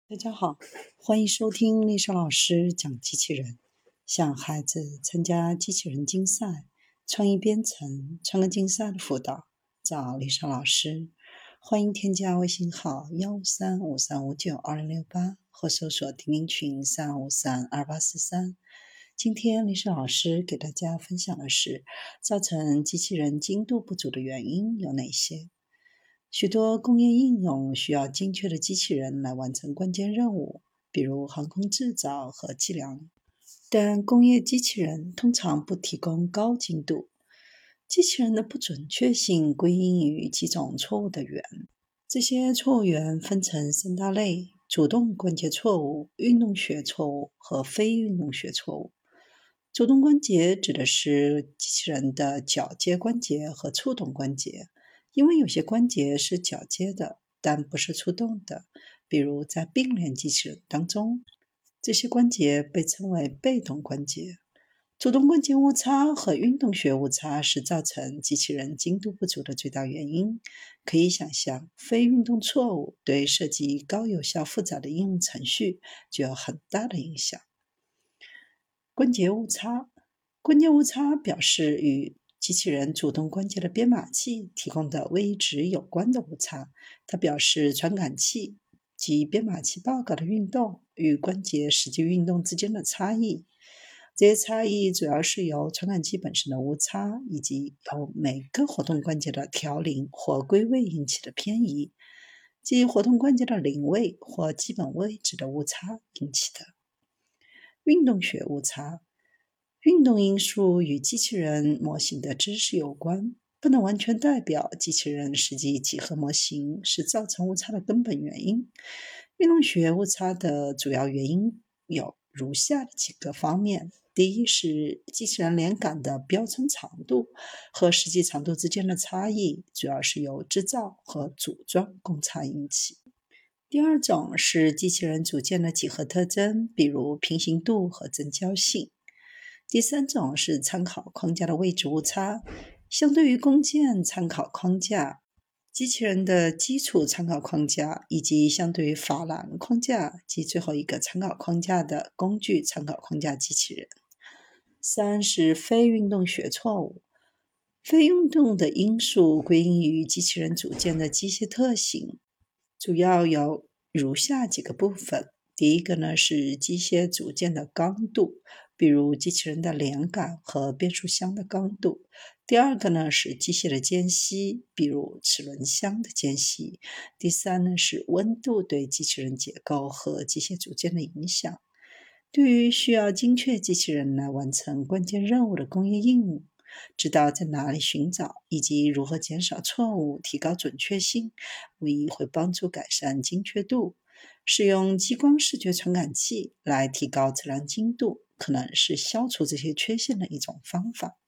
大家好，欢迎收听丽莎老师讲机器人。想孩子参加机器人竞赛、创意编程、创客竞赛的辅导，找丽莎老师。欢迎添加微信号15353592068或搜索钉钉群3532843。今天丽莎老师给大家分享的是，造成机器人精度不足的原因有哪些？许多工业应用需要精确的机器人来完成关键任务，比如航空制造和计量。但工业机器人通常不提供高精度。机器人的不准确性归因于几种错误的源。这些错误源分成3大类：主动关节错误、运动学错误和非运动学错误。主动关节指的是机器人的铰接关节和触动关节，因为有些关节是铰接的，但不是触动的，比如在并联机器人当中，这些关节被称为被动关节。主动关节误差和运动学误差是造成机器人精度不足的最大原因。可以想象，非运动错误对设计高有效复杂的应用程序具有很大的影响。关节误差表示与机器人主动关节的编码器提供的位置有关的误差，它表示传感器及编码器报告的运动与关节实际运动之间的差异。这些差异主要是由传感器本身的误差以及由每个活动关节的调零或归位引起的偏移，即活动关节的零位或基本位置的误差引起的。运动学误差，运动因素与机器人模型的知识有关，不能完全代表机器人实际几何模型是造成误差的根本原因。运动学误差的主要原因有如下的几个方面。第一是机器人连杆的标称长度和实际长度之间的差异，主要是由制造和组装公差引起。第二种是机器人组件的几何特征，比如平行度和正交性。第三种是参考框架的位置误差，相对于工件参考框架、机器人的基础参考框架以及相对于法兰框架及最后一个参考框架的工具参考框架机器人。三是非运动学错误，非运动的因素归因于机器人组件的机械特性，主要有如下几个部分。第一个呢是机械组件的刚度，比如机器人的连杆和变速箱的刚度。第二个呢是机械的间隙，比如齿轮箱的间隙。第三呢是温度对机器人结构和机械组件的影响。对于需要精确机器人来完成关键任务的工业应用，知道在哪里寻找以及如何减少错误、提高准确性，无疑会帮助改善精确度。使用激光视觉传感器来提高测量精度，可能是消除这些缺陷的一种方法。